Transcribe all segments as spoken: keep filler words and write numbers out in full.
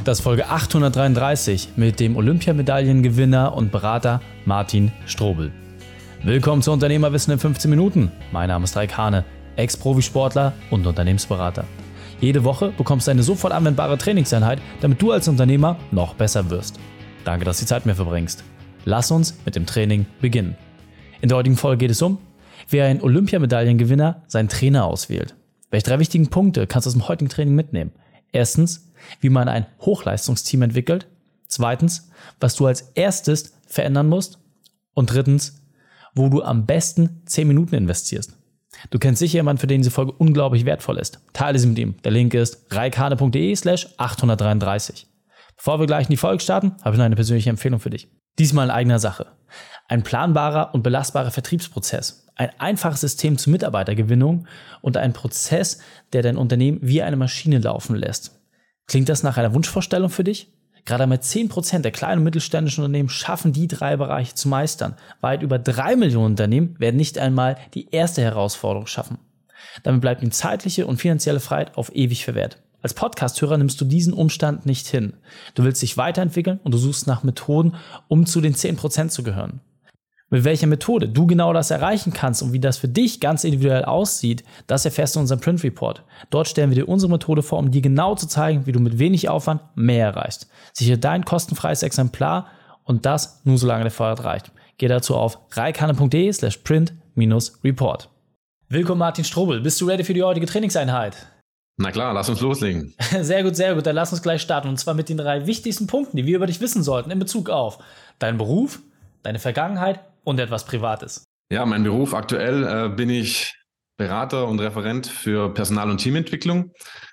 Das ist Folge achthundertdreiunddreißig mit dem Olympiamedaillengewinner und Berater Martin Strobel. Willkommen zu Unternehmerwissen in fünfzehn Minuten. Mein Name ist Raik Hane, Ex-Profisportler und Unternehmensberater. Jede Woche bekommst du eine sofort anwendbare Trainingseinheit, damit du als Unternehmer noch besser wirst. Danke, dass du die Zeit mit mir verbringst. Lass uns mit dem Training beginnen. In der heutigen Folge geht es um, wie ein Olympiamedaillengewinner seinen Trainer auswählt. Welche drei wichtigen Punkte kannst du aus dem heutigen Training mitnehmen? Erstens, wie man ein Hochleistungsteam entwickelt. Zweitens, was du als erstes verändern musst. Und drittens, wo du am besten zehn Minuten investierst. Du kennst sicher jemanden, für den diese Folge unglaublich wertvoll ist. Teile sie mit ihm. Der Link ist reikhane.de slash achthundertdreiunddreißig. Bevor wir gleich in die Folge starten, habe ich noch eine persönliche Empfehlung für dich. Diesmal in eigener Sache. Ein planbarer und belastbarer Vertriebsprozess. Ein einfaches System zur Mitarbeitergewinnung und ein Prozess, der dein Unternehmen wie eine Maschine laufen lässt. Klingt das nach einer Wunschvorstellung für dich? Gerade einmal zehn Prozent der kleinen und mittelständischen Unternehmen schaffen die drei Bereiche zu meistern. Weit über drei Millionen Unternehmen werden nicht einmal die erste Herausforderung schaffen. Damit bleibt ihnen zeitliche und finanzielle Freiheit auf ewig verwehrt. Als Podcast-Hörer nimmst du diesen Umstand nicht hin. Du willst dich weiterentwickeln und du suchst nach Methoden, um zu den zehn Prozent zu gehören. Mit welcher Methode du genau das erreichen kannst und wie das für dich ganz individuell aussieht, das erfährst du in unserem Print Report. Dort stellen wir dir unsere Methode vor, um dir genau zu zeigen, wie du mit wenig Aufwand mehr erreichst. Sichere dein kostenfreies Exemplar und das nur solange der Vorrat reicht. Geh dazu auf reikhane.de slash print minus report. Willkommen Martin Strobel, bist du ready für die heutige Trainingseinheit? Na klar, lass uns loslegen. Sehr gut, sehr gut, dann lass uns gleich starten und zwar mit den drei wichtigsten Punkten, die wir über dich wissen sollten in Bezug auf deinen Beruf, deine Vergangenheit und etwas Privates. Ja, mein Beruf aktuell äh, bin ich Berater und Referent für Personal- und Teamentwicklung.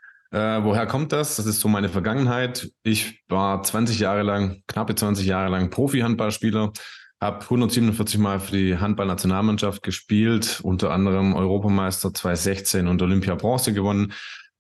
Äh, woher kommt das? Das ist so meine Vergangenheit. Ich war zwanzig Jahre lang, knappe zwanzig Jahre lang Profi-Handballspieler, habe hundertsiebenundvierzig Mal für die Handballnationalmannschaft gespielt, unter anderem Europameister zweitausendsechzehn und Olympia-Bronze gewonnen.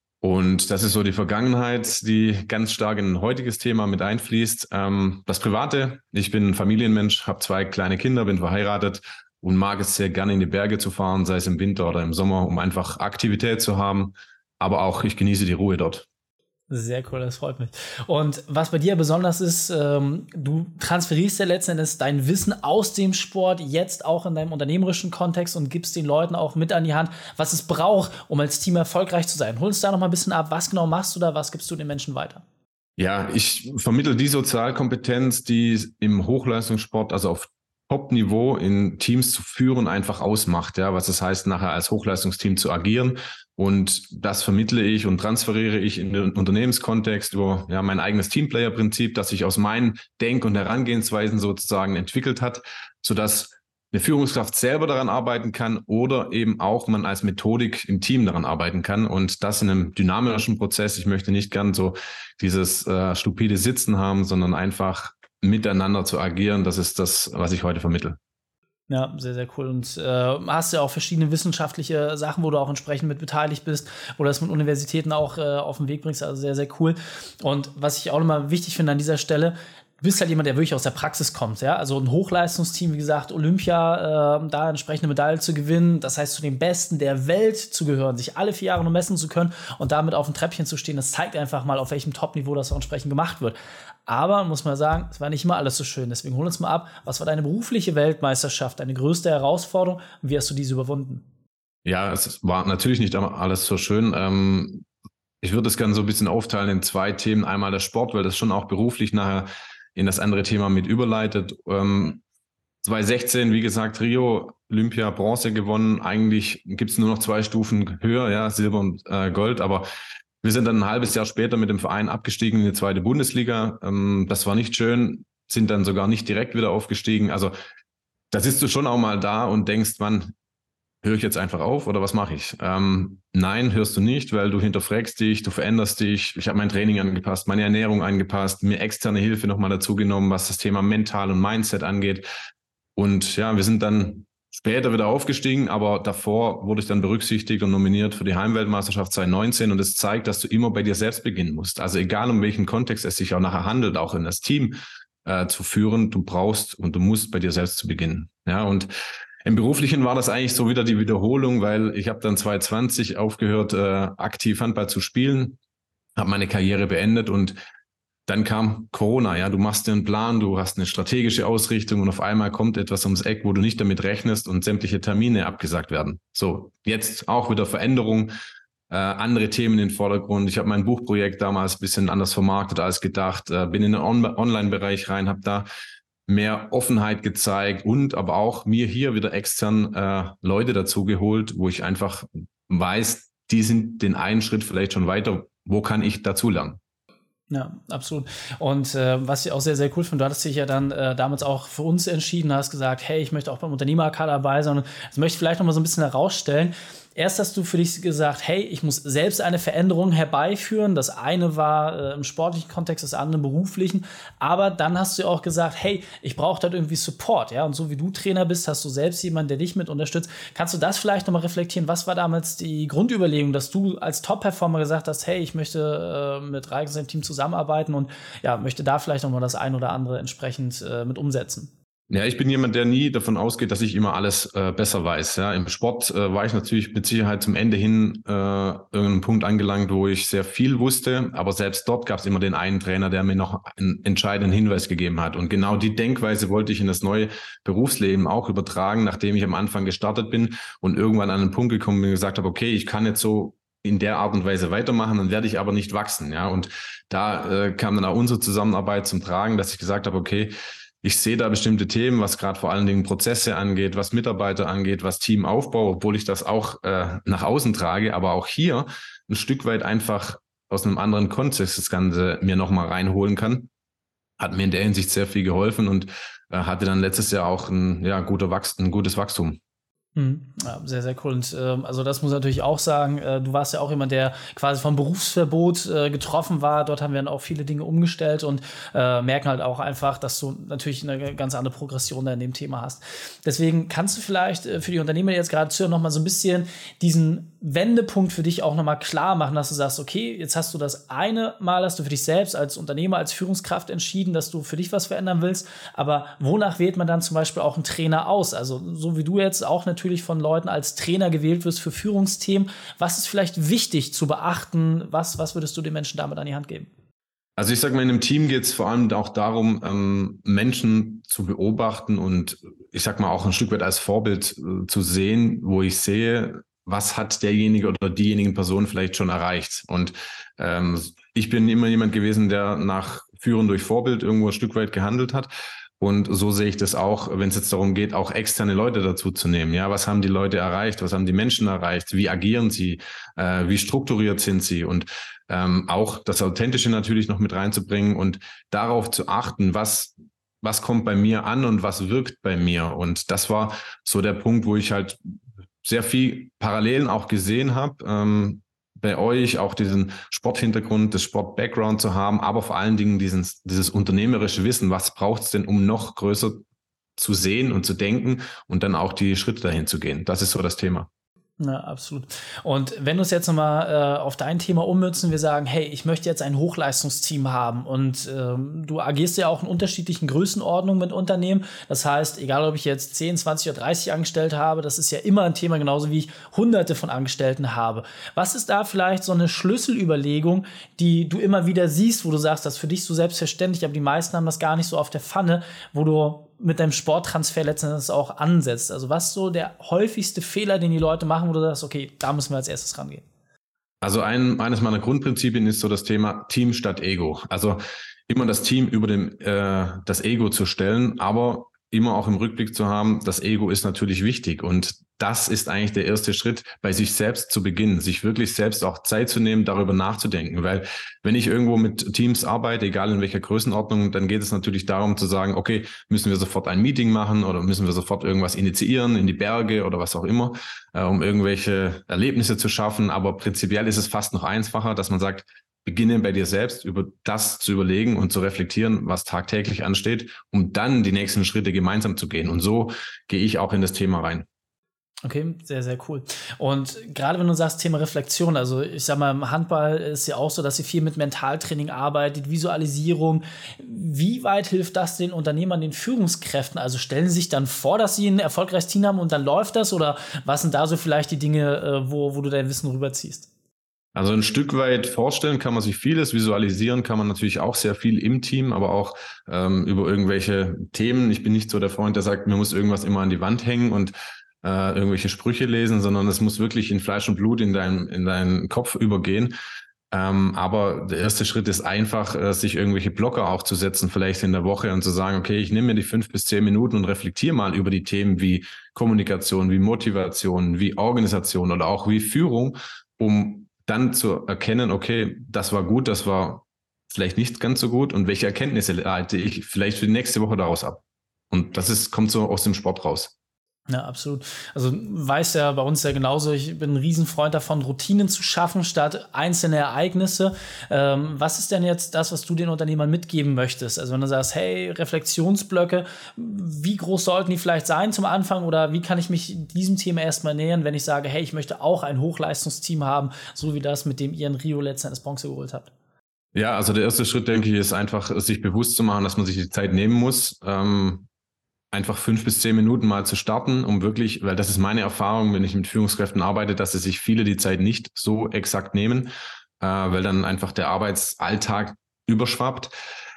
Und das ist so die Vergangenheit, die ganz stark in ein heutiges Thema mit einfließt. Ähm, das Private, ich bin ein Familienmensch, habe zwei kleine Kinder, bin verheiratet und mag es sehr gerne in die Berge zu fahren, sei es im Winter oder im Sommer, um einfach Aktivität zu haben. Aber auch ich genieße die Ruhe dort. Sehr cool, das freut mich. Und was bei dir besonders ist, ähm, du transferierst ja letzten Endes dein Wissen aus dem Sport jetzt auch in deinem unternehmerischen Kontext und gibst den Leuten auch mit an die Hand, was es braucht, um als Team erfolgreich zu sein. Hol uns da noch mal ein bisschen ab, was genau machst du da, was gibst du den Menschen weiter? Ja, ich vermittle die Sozialkompetenz, die im Hochleistungssport, also auf Top-Niveau in Teams zu führen, einfach ausmacht, ja, was es heißt, nachher als Hochleistungsteam zu agieren. Und das vermittle ich und transferiere ich in den Unternehmenskontext über ja, mein eigenes Teamplayer-Prinzip, das sich aus meinen Denk- und Herangehensweisen sozusagen entwickelt hat, sodass eine Führungskraft selber daran arbeiten kann oder eben auch man als Methodik im Team daran arbeiten kann und das in einem dynamischen Prozess. Ich möchte nicht gern so dieses äh, stupide Sitzen haben, sondern einfach miteinander zu agieren. Das ist das, was ich heute vermittle. Ja, sehr, sehr cool. Und äh, hast ja auch verschiedene wissenschaftliche Sachen, wo du auch entsprechend mit beteiligt bist oder das mit Universitäten auch äh, auf den Weg bringst. Also sehr, sehr cool. Und was ich auch nochmal wichtig finde an dieser Stelle, du bist halt jemand, der wirklich aus der Praxis kommt, ja. Also ein Hochleistungsteam, wie gesagt, Olympia, äh, da entsprechende Medaille zu gewinnen, das heißt, zu den Besten der Welt zu gehören, sich alle vier Jahre nur messen zu können und damit auf dem Treppchen zu stehen, das zeigt einfach mal, auf welchem Top-Niveau das auch entsprechend gemacht wird. Aber, muss man sagen, es war nicht immer alles so schön. Deswegen hol uns mal ab, was war deine berufliche Weltmeisterschaft, deine größte Herausforderung und wie hast du diese überwunden? Ja, es war natürlich nicht alles so schön. Ähm, ich würde es gerne so ein bisschen aufteilen in zwei Themen. Einmal der Sport, weil das schon auch beruflich nachher in das andere Thema mit überleitet. Ähm, zweitausendsechzehn, wie gesagt, Rio, Olympia, Bronze gewonnen. Eigentlich gibt es nur noch zwei Stufen höher, ja, Silber und äh, Gold. Aber wir sind dann ein halbes Jahr später mit dem Verein abgestiegen in die zweite Bundesliga. Ähm, das war nicht schön, sind dann sogar nicht direkt wieder aufgestiegen. Also da sitzt du schon auch mal da und denkst, Mann, höre ich jetzt einfach auf oder was mache ich? Ähm, nein, hörst du nicht, weil du hinterfragst dich, du veränderst dich. Ich habe mein Training angepasst, meine Ernährung angepasst, mir externe Hilfe nochmal dazu genommen, was das Thema Mental und Mindset angeht. Und ja, wir sind dann später wieder aufgestiegen, aber davor wurde ich dann berücksichtigt und nominiert für die Heimweltmeisterschaft zweitausendneunzehn und es zeigt, dass du immer bei dir selbst beginnen musst. Also egal, um welchen Kontext es sich auch nachher handelt, auch in das Team äh, zu führen, du brauchst und du musst bei dir selbst zu beginnen. Ja, und im Beruflichen war das eigentlich so wieder die Wiederholung, weil ich habe dann zweitausendzwanzig aufgehört, äh, aktiv Handball zu spielen, habe meine Karriere beendet und dann kam Corona, ja, du machst dir einen Plan, du hast eine strategische Ausrichtung und auf einmal kommt etwas ums Eck, wo du nicht damit rechnest und sämtliche Termine abgesagt werden. So, jetzt auch wieder Veränderung, äh, andere Themen in den Vordergrund. Ich habe mein Buchprojekt damals ein bisschen anders vermarktet als gedacht, äh, bin in den On- Online-Bereich rein, habe da mehr Offenheit gezeigt und aber auch mir hier wieder extern äh, Leute dazu geholt, wo ich einfach weiß, die sind den einen Schritt vielleicht schon weiter, wo kann ich dazu lernen? Ja, absolut. Und äh, was ich auch sehr, sehr cool finde, du hattest dich ja dann äh, damals auch für uns entschieden, hast gesagt, hey, ich möchte auch beim Unternehmer-A K dabei sein. Und das möchte ich vielleicht noch mal so ein bisschen herausstellen. Erst hast du für dich gesagt, hey, ich muss selbst eine Veränderung herbeiführen. Das eine war äh, im sportlichen Kontext, das andere im beruflichen. Aber dann hast du auch gesagt, hey, ich brauche dort irgendwie Support. Ja? Und so wie du Trainer bist, hast du selbst jemanden, der dich mit unterstützt. Kannst du das vielleicht noch mal reflektieren? Was war damals die Grundüberlegung, dass du als Top-Performer gesagt hast, hey, ich möchte äh, mit Raik und seinem Team zusammenarbeiten und ja, möchte da vielleicht noch mal das ein oder andere entsprechend äh, mit umsetzen? Ja, ich bin jemand, der nie davon ausgeht, dass ich immer alles äh, besser weiß. Ja, im Sport äh, war ich natürlich mit Sicherheit zum Ende hin äh, irgendeinen Punkt angelangt, wo ich sehr viel wusste. Aber selbst dort gab es immer den einen Trainer, der mir noch einen entscheidenden Hinweis gegeben hat. Und genau die Denkweise wollte ich in das neue Berufsleben auch übertragen, nachdem ich am Anfang gestartet bin und irgendwann an einen Punkt gekommen bin und gesagt habe, okay, ich kann jetzt so in der Art und Weise weitermachen, dann werde ich aber nicht wachsen. Ja, und da äh, kam dann auch unsere Zusammenarbeit zum Tragen, dass ich gesagt habe, okay, ich sehe da bestimmte Themen, was gerade vor allen Dingen Prozesse angeht, was Mitarbeiter angeht, was Teamaufbau, obwohl ich das auch äh, nach außen trage, aber auch hier ein Stück weit einfach aus einem anderen Kontext das Ganze mir nochmal reinholen kann. Hat mir in der Hinsicht sehr viel geholfen und äh, hatte dann letztes Jahr auch ein, ja, guter Wachs- ein gutes Wachstum. Ja, sehr, sehr cool. Und ähm, also das muss ich natürlich auch sagen, äh, du warst ja auch jemand, der quasi vom Berufsverbot äh, getroffen war. Dort haben wir dann auch viele Dinge umgestellt und äh, merken halt auch einfach, dass du natürlich eine ganz andere Progression da in dem Thema hast. Deswegen kannst du vielleicht äh, für die Unternehmer, die jetzt gerade zuhören, noch mal so ein bisschen diesen Wendepunkt für dich auch noch mal klar machen, dass du sagst, okay, jetzt hast du das eine Mal, hast du für dich selbst als Unternehmer, als Führungskraft entschieden, dass du für dich was verändern willst, aber wonach wählt man dann zum Beispiel auch einen Trainer aus? Also so wie du jetzt auch natürlich von Leuten als Trainer gewählt wirst für Führungsthemen, was ist vielleicht wichtig zu beachten? Was, was würdest du den Menschen damit an die Hand geben? Also ich sage mal, in einem Team geht es vor allem auch darum, ähm, Menschen zu beobachten und ich sag mal auch ein Stück weit als Vorbild äh, zu sehen, wo ich sehe, was hat derjenige oder diejenige Person vielleicht schon erreicht. Und ähm, ich bin immer jemand gewesen, der nach Führen durch Vorbild irgendwo ein Stück weit gehandelt hat. Und so sehe ich das auch, wenn es jetzt darum geht, auch externe Leute dazu zu nehmen. Ja, was haben die Leute erreicht? Was haben die Menschen erreicht? Wie agieren sie? Äh, wie strukturiert sind sie? Und ähm, auch das Authentische natürlich noch mit reinzubringen und darauf zu achten, was was kommt bei mir an und was wirkt bei mir. Und das war so der Punkt, wo ich halt sehr viel Parallelen auch gesehen habe. Ähm, bei euch auch diesen Sporthintergrund, das Sport-Background zu haben, aber vor allen Dingen diesen, dieses unternehmerische Wissen, was braucht es denn, um noch größer zu sehen und zu denken und dann auch die Schritte dahin zu gehen. Das ist so das Thema. Ja, absolut. Und wenn du es jetzt nochmal äh, auf dein Thema ummützen, wir sagen, hey, ich möchte jetzt ein Hochleistungsteam haben und ähm, du agierst ja auch in unterschiedlichen Größenordnungen mit Unternehmen. Das heißt, egal ob ich jetzt zehn, zwanzig oder dreißig Angestellte habe, das ist ja immer ein Thema, genauso wie ich hunderte von Angestellten habe. Was ist da vielleicht so eine Schlüsselüberlegung, die du immer wieder siehst, wo du sagst, das ist für dich so selbstverständlich, aber die meisten haben das gar nicht so auf der Pfanne, wo du mit deinem Sporttransfer letztendlich auch ansetzt? Also was ist so der häufigste Fehler, den die Leute machen, wo du sagst, okay, da müssen wir als erstes rangehen? Also ein, eines meiner Grundprinzipien ist so das Thema Team statt Ego. Also immer das Team über dem, äh, das Ego zu stellen, aber immer auch im Rückblick zu haben, das Ego ist natürlich wichtig und das ist eigentlich der erste Schritt, bei sich selbst zu beginnen, sich wirklich selbst auch Zeit zu nehmen, darüber nachzudenken, weil wenn ich irgendwo mit Teams arbeite, egal in welcher Größenordnung, dann geht es natürlich darum zu sagen, okay, müssen wir sofort ein Meeting machen oder müssen wir sofort irgendwas initiieren in die Berge oder was auch immer, äh, um irgendwelche Erlebnisse zu schaffen, aber prinzipiell ist es fast noch einfacher, dass man sagt, beginne bei dir selbst, über das zu überlegen und zu reflektieren, was tagtäglich ansteht, um dann die nächsten Schritte gemeinsam zu gehen. Und so gehe ich auch in das Thema rein. Okay, sehr, sehr cool. Und gerade wenn du sagst, Thema Reflexion, also ich sag mal, im Handball ist ja auch so, dass ihr viel mit Mentaltraining arbeitet, Visualisierung. Wie weit hilft das den Unternehmern, den Führungskräften? Also stellen sie sich dann vor, dass sie ein erfolgreiches Team haben und dann läuft das? Oder was sind da so vielleicht die Dinge, wo, wo du dein Wissen rüberziehst? Also ein Stück weit vorstellen kann man sich vieles, visualisieren kann man natürlich auch sehr viel im Team, aber auch ähm, über irgendwelche Themen. Ich bin nicht so der Freund, der sagt, mir muss irgendwas immer an die Wand hängen und äh, irgendwelche Sprüche lesen, sondern es muss wirklich in Fleisch und Blut in deinem in deinen Kopf übergehen. Ähm, aber der erste Schritt ist einfach, äh, sich irgendwelche Blocker auch zu setzen, vielleicht in der Woche und zu sagen, okay, ich nehme mir die fünf bis zehn Minuten und reflektiere mal über die Themen wie Kommunikation, wie Motivation, wie Organisation oder auch wie Führung, um dann zu erkennen, okay, das war gut, das war vielleicht nicht ganz so gut und welche Erkenntnisse leite ich vielleicht für die nächste Woche daraus ab. Und das ist, kommt so aus dem Sport raus. Ja, absolut. Also weiß ja bei uns ja genauso, ich bin ein Riesenfreund davon, Routinen zu schaffen statt einzelne Ereignisse. Ähm, was ist denn jetzt das, was du den Unternehmern mitgeben möchtest? Also wenn du sagst, hey, Reflexionsblöcke, wie groß sollten die vielleicht sein zum Anfang oder wie kann ich mich diesem Thema erstmal nähern, wenn ich sage, hey, ich möchte auch ein Hochleistungsteam haben, so wie das, mit dem ihr in Rio letztendlich Bronze geholt habt? Ja, also der erste Schritt, denke ich, ist einfach, sich bewusst zu machen, dass man sich die Zeit nehmen muss, ähm, einfach fünf bis zehn Minuten mal zu starten, um wirklich, weil das ist meine Erfahrung, wenn ich mit Führungskräften arbeite, dass sie sich viele die Zeit nicht so exakt nehmen, äh, weil dann einfach der Arbeitsalltag überschwappt.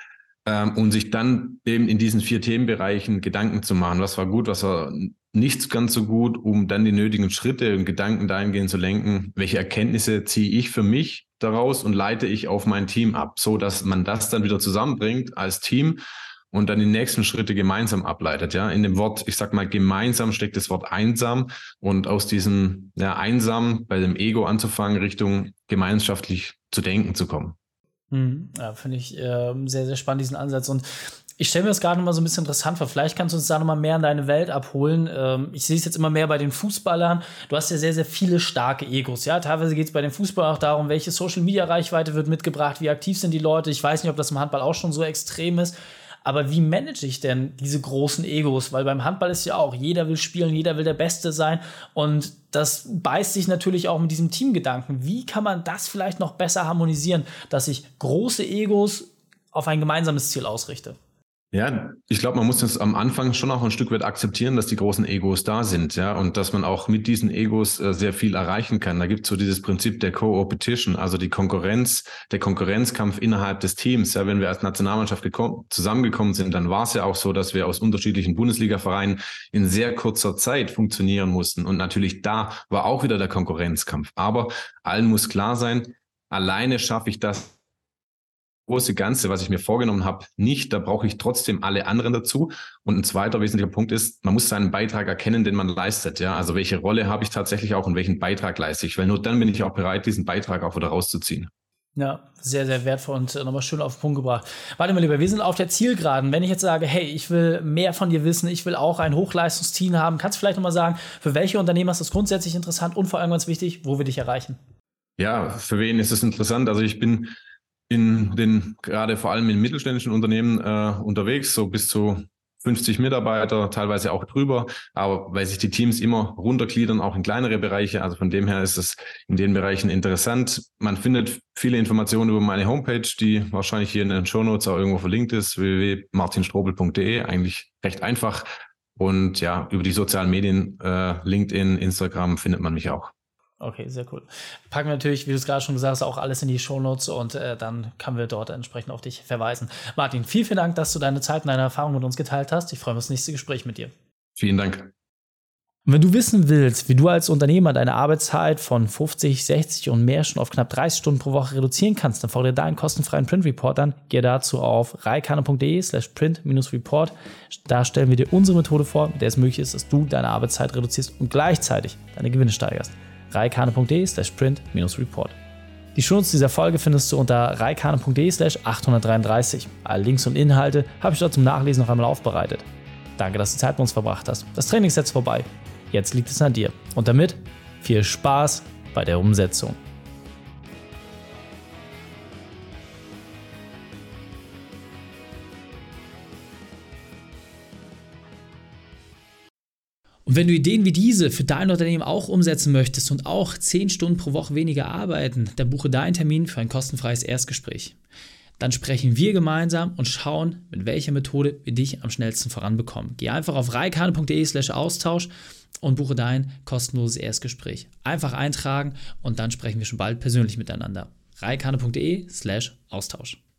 Ähm, und sich dann eben in diesen vier Themenbereichen Gedanken zu machen, was war gut, was war nicht ganz so gut, um dann die nötigen Schritte und Gedanken dahingehend zu lenken, welche Erkenntnisse ziehe ich für mich daraus und leite ich auf mein Team ab, so dass man das dann wieder zusammenbringt als Team und dann die nächsten Schritte gemeinsam ableitet. Ja, in dem Wort, ich sag mal, gemeinsam steckt das Wort einsam und aus diesem ja, einsam bei dem Ego anzufangen, Richtung gemeinschaftlich zu denken zu kommen. Ja, finde ich äh, sehr, sehr spannend, diesen Ansatz. Und ich stelle mir das gerade noch mal so ein bisschen interessant vor. Vielleicht kannst du uns da noch mal mehr in deine Welt abholen. Ähm, ich sehe es jetzt immer mehr bei den Fußballern. Du hast ja sehr, sehr viele starke Egos. Ja, teilweise geht es bei den Fußballern auch darum, welche Social-Media-Reichweite wird mitgebracht, wie aktiv sind die Leute. Ich weiß nicht, ob das im Handball auch schon so extrem ist. Aber wie manage ich denn diese großen Egos? Weil beim Handball ist ja auch, jeder will spielen, jeder will der Beste sein. Und das beißt sich natürlich auch mit diesem Teamgedanken. Wie kann man das vielleicht noch besser harmonisieren, dass ich große Egos auf ein gemeinsames Ziel ausrichte? Ja, ich glaube, man muss das am Anfang schon auch ein Stück weit akzeptieren, dass die großen Egos da sind, ja, und dass man auch mit diesen Egos äh, sehr viel erreichen kann. Da gibt es so dieses Prinzip der Co-Opetition, also die Konkurrenz, der Konkurrenzkampf innerhalb des Teams. Ja, wenn wir als Nationalmannschaft gekommen, zusammengekommen sind, dann war es ja auch so, dass wir aus unterschiedlichen Bundesliga-Vereinen in sehr kurzer Zeit funktionieren mussten. Und natürlich da war auch wieder der Konkurrenzkampf. Aber allen muss klar sein, alleine schaffe ich das große Ganze, was ich mir vorgenommen habe, nicht. Da brauche ich trotzdem alle anderen dazu. Und ein zweiter wesentlicher Punkt ist, man muss seinen Beitrag erkennen, den man leistet. Ja, also welche Rolle habe ich tatsächlich auch und welchen Beitrag leiste ich? Weil nur dann bin ich auch bereit, diesen Beitrag auch wieder rauszuziehen. Ja, sehr, sehr wertvoll und nochmal schön auf den Punkt gebracht. Warte mal lieber, wir sind auf der Zielgeraden. Wenn ich jetzt sage, hey, ich will mehr von dir wissen, ich will auch ein Hochleistungsteam haben, kannst du vielleicht nochmal sagen, für welche Unternehmen ist das grundsätzlich interessant und vor allem ganz wichtig, wo wir dich erreichen? Ja, für wen ist es interessant? Also ich bin in den, gerade vor allem in mittelständischen Unternehmen äh, unterwegs, so bis zu fünfzig Mitarbeiter, teilweise auch drüber, aber weil sich die Teams immer runtergliedern, auch in kleinere Bereiche, also von dem her ist es in den Bereichen interessant. Man findet viele Informationen über meine Homepage, die wahrscheinlich hier in den Shownotes auch irgendwo verlinkt ist, w w w punkt martin strobel punkt d e, eigentlich recht einfach. Und ja, über die sozialen Medien, äh, LinkedIn, Instagram findet man mich auch. Okay, sehr cool. Packen wir natürlich, wie du es gerade schon gesagt hast, auch alles in die Shownotes und äh, dann können wir dort entsprechend auf dich verweisen. Martin, vielen, vielen Dank, dass du deine Zeit und deine Erfahrungen mit uns geteilt hast. Ich freue mich auf das nächste Gespräch mit dir. Vielen Dank. Und wenn du wissen willst, wie du als Unternehmer deine Arbeitszeit von fünfzig, sechzig und mehr schon auf knapp dreißig Stunden pro Woche reduzieren kannst, dann fordere deinen kostenfreien Print-Report an. Gehe dazu auf reikane punkt d e slash print-report. Da stellen wir dir unsere Methode vor, mit der es möglich ist, dass du deine Arbeitszeit reduzierst und gleichzeitig deine Gewinne steigerst. reikane punkt d e slash print-report. Die Shownotes dieser Folge findest du unter reikane punkt d e slash achthundertdreiunddreißig. Alle Links und Inhalte habe ich dort zum Nachlesen noch einmal aufbereitet. Danke, dass du Zeit mit uns verbracht hast. Das Training ist jetzt vorbei. Jetzt liegt es an dir. Und damit viel Spaß bei der Umsetzung. Und wenn du Ideen wie diese für dein Unternehmen auch umsetzen möchtest und auch zehn Stunden pro Woche weniger arbeiten, dann buche deinen Termin für ein kostenfreies Erstgespräch. dann sprechen wir gemeinsam und schauen, mit welcher Methode wir dich am schnellsten voranbekommen. Geh einfach auf reikane.de slash Austausch und buche dein kostenloses Erstgespräch. Einfach eintragen und dann sprechen wir schon bald persönlich miteinander. reikane.de slash Austausch.